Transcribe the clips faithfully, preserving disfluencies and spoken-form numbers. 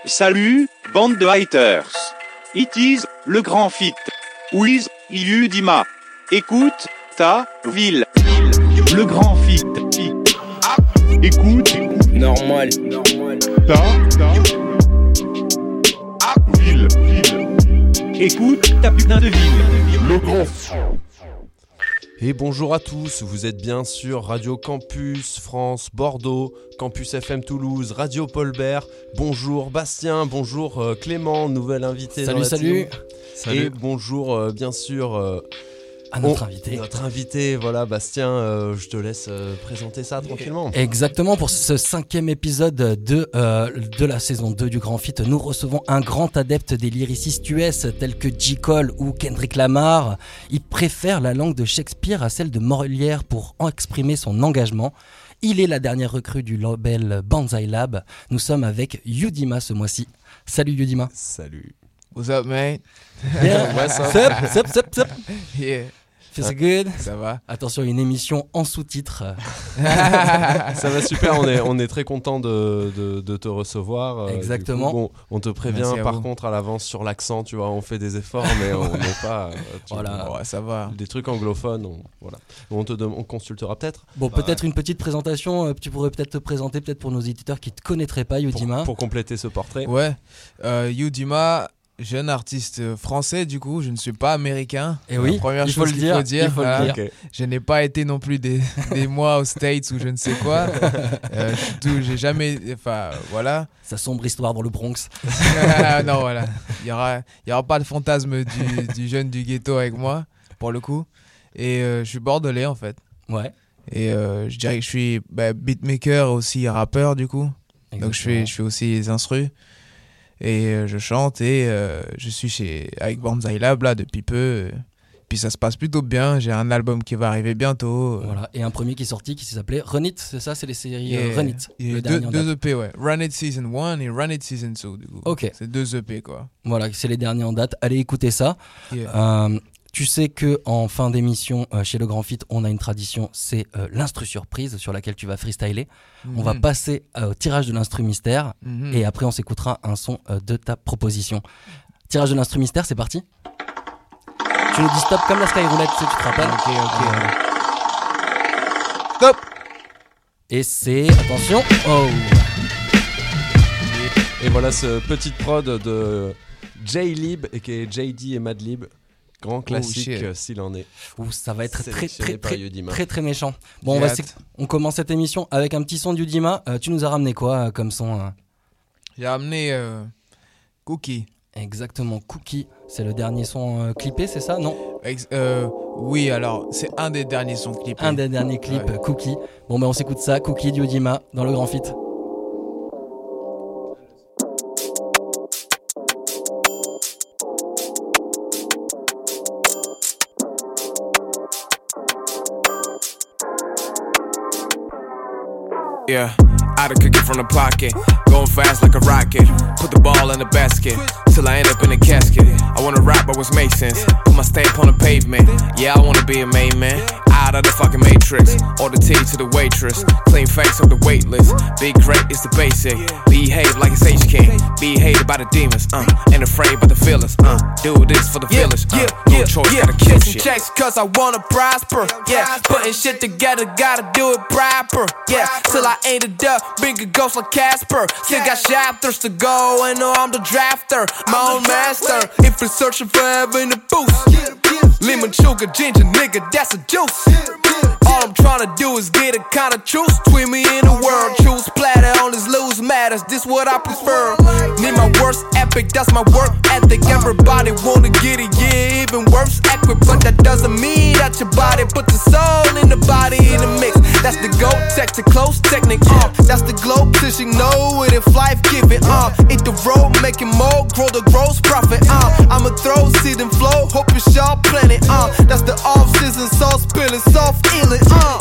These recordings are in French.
Salut, bande de haters. It is le grand fit. With Yudima. Écoute ta ville. Le grand fit. Écoute. Normal. Ta. Ta. Ville. Ville. Écoute ta putain de ville. Le grand fit. Et bonjour à tous, vous êtes bien sur Radio Campus France Bordeaux, Campus F M Toulouse, Radio Paul Bert. Bonjour Bastien, bonjour euh, Clément, nouvel invité. Salut, dans la salut. team. Salut. Et bonjour euh, bien sûr euh, à notre on, invité. Notre invité, voilà Bastien, euh, je te laisse euh, présenter ça tranquillement. Exactement, pour ce cinquième épisode de, euh, de la saison deux du Grand Fit, nous recevons un grand adepte des lyricistes U S tels que J. Cole ou Kendrick Lamar. Il préfère la langue de Shakespeare à celle de Molière pour en exprimer son engagement. Il est la dernière recrue du label Banzai Lab. Nous sommes avec Yudima ce mois-ci. Salut Yudima. Salut. What's up, mate? Yeah. What's up? Sup, sup, sup, sup. Yeah. Feels good. Ça va. Attention, une émission en sous-titres. Ça va super, on est, on est très content de, de, de te recevoir. Exactement. Coup, bon, on te prévient par vous. contre à l'avance sur l'accent, tu vois, on fait des efforts, mais on n'est pas... Tu voilà. vois, ouais, ça va. Des trucs anglophones, on, voilà. On te on consultera peut-être. Bon, peut-être ouais. une petite présentation, tu pourrais peut-être te présenter peut-être pour nos éditeurs qui ne te connaîtraient pas, Yudima. Pour, pour compléter ce portrait. Ouais, euh, Yudima... Jeune artiste français, du coup, je ne suis pas américain. Et oui, la première il chose faut qu'il le dire, faut dire, il faut voilà. le dire. Okay. Je n'ai pas été non plus des, des mois aux States ou je ne sais quoi. Euh, je suis tout, j'ai jamais, enfin voilà. Sa sombre histoire dans le Bronx. Non, voilà, il y aura, il y aura pas de fantasme du, du jeune du ghetto avec moi, pour le coup. Et euh, je suis bordelais en fait. Ouais. Et euh, je dirais que je suis bah, beatmaker aussi rappeur du coup. Exactement. Donc je fais, je fais aussi les instrus. Et euh, je chante et euh, je suis chez, avec Banzai Lab là depuis peu. Puis ça se passe plutôt bien. J'ai un album qui va arriver bientôt. Voilà. Et un premier qui est sorti qui s'appelait Run It, c'est ça? C'est les séries yeah. euh, Run It. Le deux, deux E P, ouais. Run It Season un et Run It Season deux, du coup. Ok. C'est deux E P, quoi. Voilà, c'est les derniers en date. Allez écouter ça. Yeah. Euh, tu sais qu'en fin d'émission, euh, chez Le Grand Fit, on a une tradition, c'est euh, l'instru surprise sur laquelle tu vas freestyler. Mm-hmm. On va passer euh, au tirage de l'instru mystère mm-hmm. et après on s'écoutera un son euh, de ta proposition. Tirage de l'instru mystère, c'est parti. Tu nous dis stop comme la Skyroulette, tu te rappelles? Ok, ok. Euh... Stop. Et c'est... Attention. Oh. Et voilà ce petite prod de J-Lib et qui est J D et Madlib. Grand classique oh, s'il en est. Ouh, ça va être très très très, Yudima. très très méchant. Bon, on, va on commence cette émission avec un petit son d'Yudima. Euh, tu nous as ramené quoi euh, comme son euh... J'ai ramené euh, Cookie. Exactement, Cookie. C'est le dernier son euh, clippé, c'est ça? Non Ex- euh, Oui, alors c'est un des derniers sons clippés. Un des derniers clips, ouais. Cookie. Bon, ben on s'écoute ça, Cookie d'Yudima dans le Grand Fit. Yeah, out of cookie from the pocket, going fast like a rocket. Put the ball in the basket, till I end up in a casket. I wanna rap but was Masons, put my stamp on the pavement. Yeah, I wanna be a main man, out of the fucking matrix. Order tea to the waitress, clean face of the wait list. Big crate is the basic, behave like it's H-King. Be hated by the demons, uh, and afraid by the feelings, uh. Do this for the yeah, village, uh, yeah, no yeah, choice, yeah. gotta kill Chasing shit. checks cause I wanna prosper, yeah. Putting shit together, gotta do it proper, yeah. Till I ended up being a ghost like Casper. Still got chapters to go, and know I'm the drafter, my own master. If you're searching for heaven to boost, lemon sugar, ginger, nigga, that's a juice. All I'm tryna do is get a kind of truth between me and the world. Choose platter on this loose matters, this what I prefer. Need my worst epic, that's my work ethic. Everybody wanna get it, yeah, even worse equipped. But that doesn't mean that your body put the soul in the body in the mix. That's the go tech to close technique, uh. That's the glow pushing, know it if life give it, uh. Eat the road, making more, grow the gross profit, uh. I'ma throw, seed and flow, hope it's y'all planet, uh. That's the off season, sauce spilling, soft ealing, uh.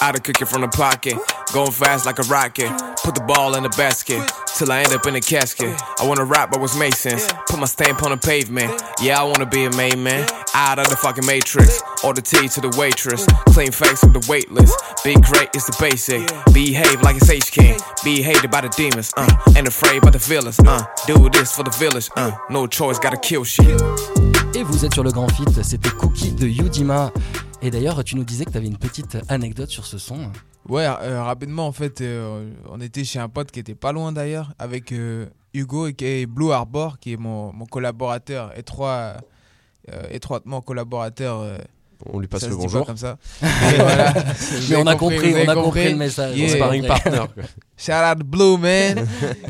Out of cooking from the pocket, going fast like a rocket. Put the ball in the basket, till I end up in a casket. I wanna rap, but was Masons. Put my stamp on the pavement. Yeah, I wanna be a main man. Out of the fucking matrix. Order tea to the waitress. Clean face with the waitlist. Be great is the basic. Behave like it's H-King. Be hated by the demons, uh. Ain't afraid by the villains, uh. Do this for the village, uh. No choice, gotta kill shit. Et vous êtes sur le Grand Fit, c'était Cookie de Yudima. Et d'ailleurs, tu nous disais que tu avais une petite anecdote sur ce son. Ouais, euh, rapidement, en fait, euh, on était chez un pote qui était pas loin d'ailleurs, avec euh, Hugo et Blue Harbor, qui est mon, mon collaborateur, étroit, euh, étroitement collaborateur. Euh, on lui passe ça le se dit bonjour. pas comme ça. Mais, voilà, Mais on a compris, on a compris le message. Yeah. Sparring partner. Shout out Blue, man.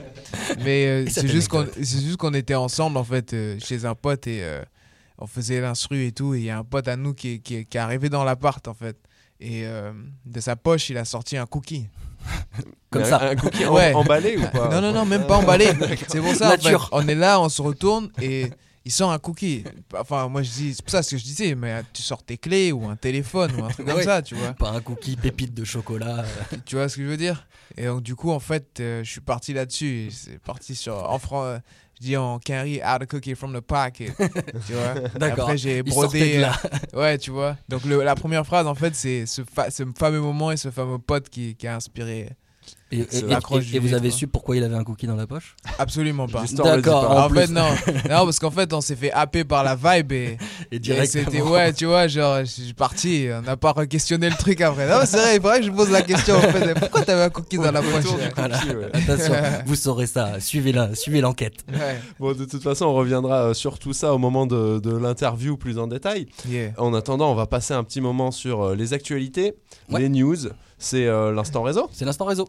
Mais euh, ça c'est, juste qu'on, anecdote. c'est juste qu'on était ensemble, en fait, euh, chez un pote et euh, on faisait l'instru et tout. Et il y a un pote à nous qui, qui, qui est arrivé dans l'appart, en fait. Et euh, de sa poche, il a sorti un cookie. Comme Mais ça. Un, un cookie Ouais. en- emballé ou pas? Non, non, non, même pas emballé. C'est pour ça, en fait, Nature. on est là, on se retourne et il sort un cookie. Enfin, moi, je dis, c'est pour ça ce que je disais, mais tu sors tes clés ou un téléphone ou un truc comme Ouais. ça, tu vois. Pas un cookie pépite de chocolat. euh. Tu vois ce que je veux dire? Et donc, du coup, en fait, euh, je suis parti là-dessus. Et c'est parti sur. En français, je dis en quinri, out a cookie from the pocket. Tu vois? D'accord. Après, j'ai Il sortait brodé. de là. euh, Ouais, tu vois. Donc, le- la première phrase, en fait, c'est ce, fa- ce fameux moment et ce fameux pote qui, qui a inspiré. Et, et- C'est et- l'accroche et- du et vous livre, avez quoi. su pourquoi il avait un cookie dans la poche? Absolument pas. Juste, on le dit D'accord. pas. En En plus. fait, non. Non, parce qu'en fait, on s'est fait happer par la vibe et. Et Et directement. c'était, ouais, tu vois, genre, je suis parti, on n'a pas re-questionné le truc après. Non, c'est vrai, il faudrait que je pose la question en fait. Pourquoi t'avais un cookie dans la poche? Voilà. Cookie, ouais. Attention, vous saurez ça. Suivez, la, suivez l'enquête. Ouais, Bon, de toute façon, on reviendra euh, sur tout ça au moment de, de l'interview plus en détail. yeah. En attendant, on va passer un petit moment sur euh, les actualités, Ouais. les news. C'est euh, l'instant réseau. C'est l'instant réseau.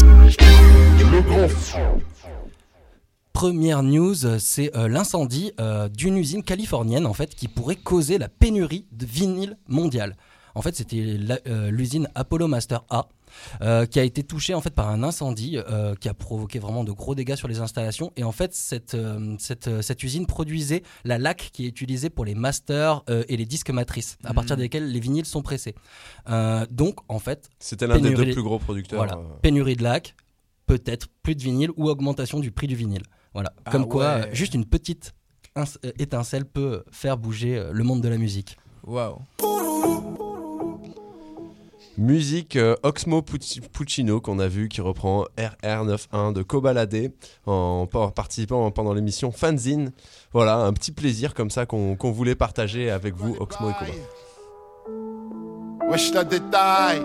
Première news, c'est euh, l'incendie euh, d'une usine californienne en fait qui pourrait causer la pénurie de vinyle mondial. En fait, c'était la- euh, l'usine Apollo Master A euh, qui a été touchée en fait par un incendie euh, qui a provoqué vraiment de gros dégâts sur les installations. Et en fait, cette, euh, cette, euh, cette usine produisait la laque qui est utilisée pour les masters euh, et les disques matrices, à Mhm. partir desquels les vinyles sont pressés. Euh, donc, en fait, C'était l'un des Pénurie- deux plus gros producteurs. voilà, euh, pénurie de laque, peut-être plus de vinyle ou augmentation du prix du vinyle. Voilà, Ah comme quoi, ouais. euh, juste une petite ins- euh, étincelle peut faire bouger euh, le monde de la musique. Waouh. Musique euh, Oxmo Pucci- Puccino qu'on a vu qui reprend R R quatre-vingt-onze de Kobalade en, en participant pendant l'émission Fanzine. Voilà, un petit plaisir comme ça qu'on qu'on voulait partager avec vous, Oxmo et Koba. Wesh la détail.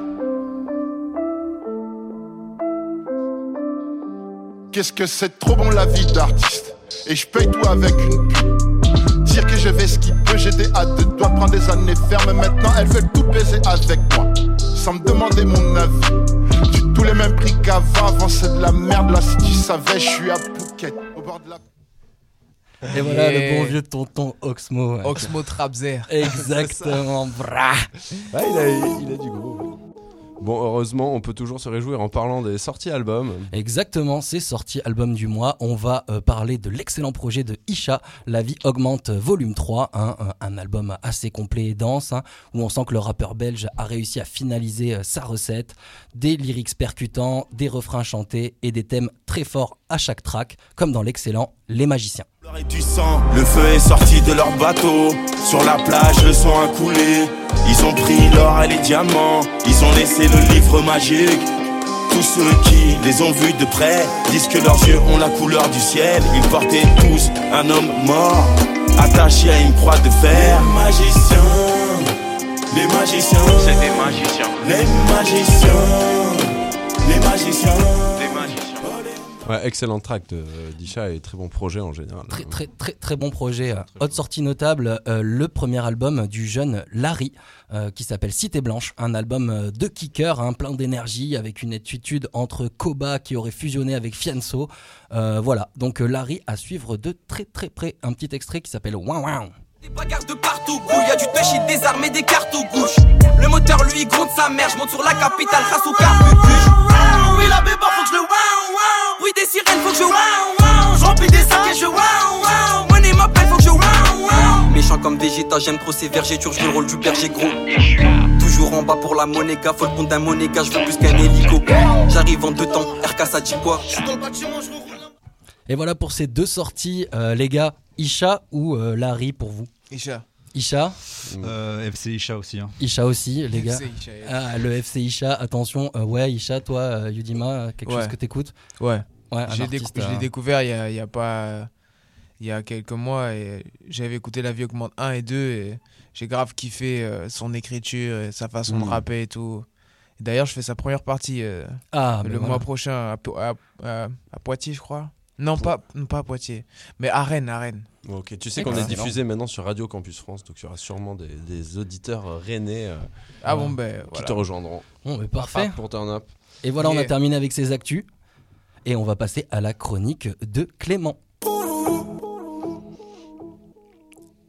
Qu'est-ce que c'est trop bon la vie d'artiste. Et je paye tout avec une pute. Dire que je vais ce qu'il peut, j'étais à deux doigts de prendre des années fermes. Maintenant elle veut tout baiser avec moi, sans me demander mon avis. Tu tous les mêmes prix qu'avant, avant c'est de la merde. Là si tu savais, je suis à Phuket, au bord de la... Et voilà Yeah. le bon vieux tonton Oxmo. Oxmo Trapzer. Exactement, bra. Ouais, il, a, il a du gros. Bon, heureusement, on peut toujours se réjouir en parlant des sorties albums. Exactement, c'est sorti album du mois. On va euh, parler de l'excellent projet de Isha, La vie augmente volume trois, hein, un, un album assez complet et dense, hein, où on sent que le rappeur belge a réussi à finaliser euh, sa recette, des lyrics percutants, des refrains chantés et des thèmes très forts à chaque track, comme dans l'excellent Les Magiciens. Et du sang, le feu est sorti de leur bateau. Sur la plage, le sang a coulé. Ils ont pris l'or et les diamants. Ils ont laissé le livre magique. Tous ceux qui les ont vus de près disent que leurs yeux ont la couleur du ciel. Ils portaient tous un homme mort, attaché à une croix de fer. Les magiciens, les magiciens, c'est des magiciens. Les magiciens, les magiciens, les magiciens. Ouais, excellent track de d'Isha et très bon projet en général. Très très très très bon projet. Autre sortie notable, euh, le premier album du jeune Larry euh, qui s'appelle Cité Blanche, un album euh, de kicker, hein, plein d'énergie avec une attitude entre Koba qui aurait fusionné avec Fianso. Euh, voilà, donc euh, Larry à suivre de très très près. Un petit extrait qui s'appelle Ouin Ouin. Des bagarres de partout, gros, y'a du touch, il désarme et des cartes aux gauche. Le moteur lui gronde sa mère, je monte sur la capitale grâce au carbucuche. Oui la béba faut que je le wow wow. Bruit des sirènes faut que je wow wow. Je remplis des sacs et je wow wow. Money m'appelle faut que je wow wow. Méchant comme Vegeta, j'aime trop ces vergétures, je veux le rôle du berger gros. Toujours en bas pour la monéga, faut le compte d'un monéga, je veux plus qu'un hélico. J'arrive en deux temps, R K ça dit quoi? Et voilà pour ces deux sorties, euh, les gars. Isha ou euh, Larry pour vous? Isha. Isha euh, F C Isha aussi. Hein. Isha aussi, les gars. F C Isha, ah, le F C Isha, attention. Euh, ouais, Isha, toi, euh, Yudima, quelque ouais. chose que t'écoutes? Ouais. Ouais, j'ai artiste, décou- euh... je l'ai découvert il y a, il y a pas. Il y a quelques mois et j'avais écouté La Vie Augmente un et deux et j'ai grave kiffé euh, son écriture et sa façon mmh. de rapper et tout. Et d'ailleurs, je fais sa première partie euh, ah, le voilà. mois prochain à, à, à, à Poitiers, je crois. Non, pas, pas à Poitiers, mais à Rennes, à Rennes. Ok, tu sais qu'on est diffusé maintenant sur Radio Campus France, donc il y aura sûrement des, des auditeurs rennais euh, ah bon, ben, qui voilà. te rejoindront. Bon, mais parfait. Pour turn up. Et voilà, yeah. on a terminé avec ces actus. Et on va passer à la chronique de Clément.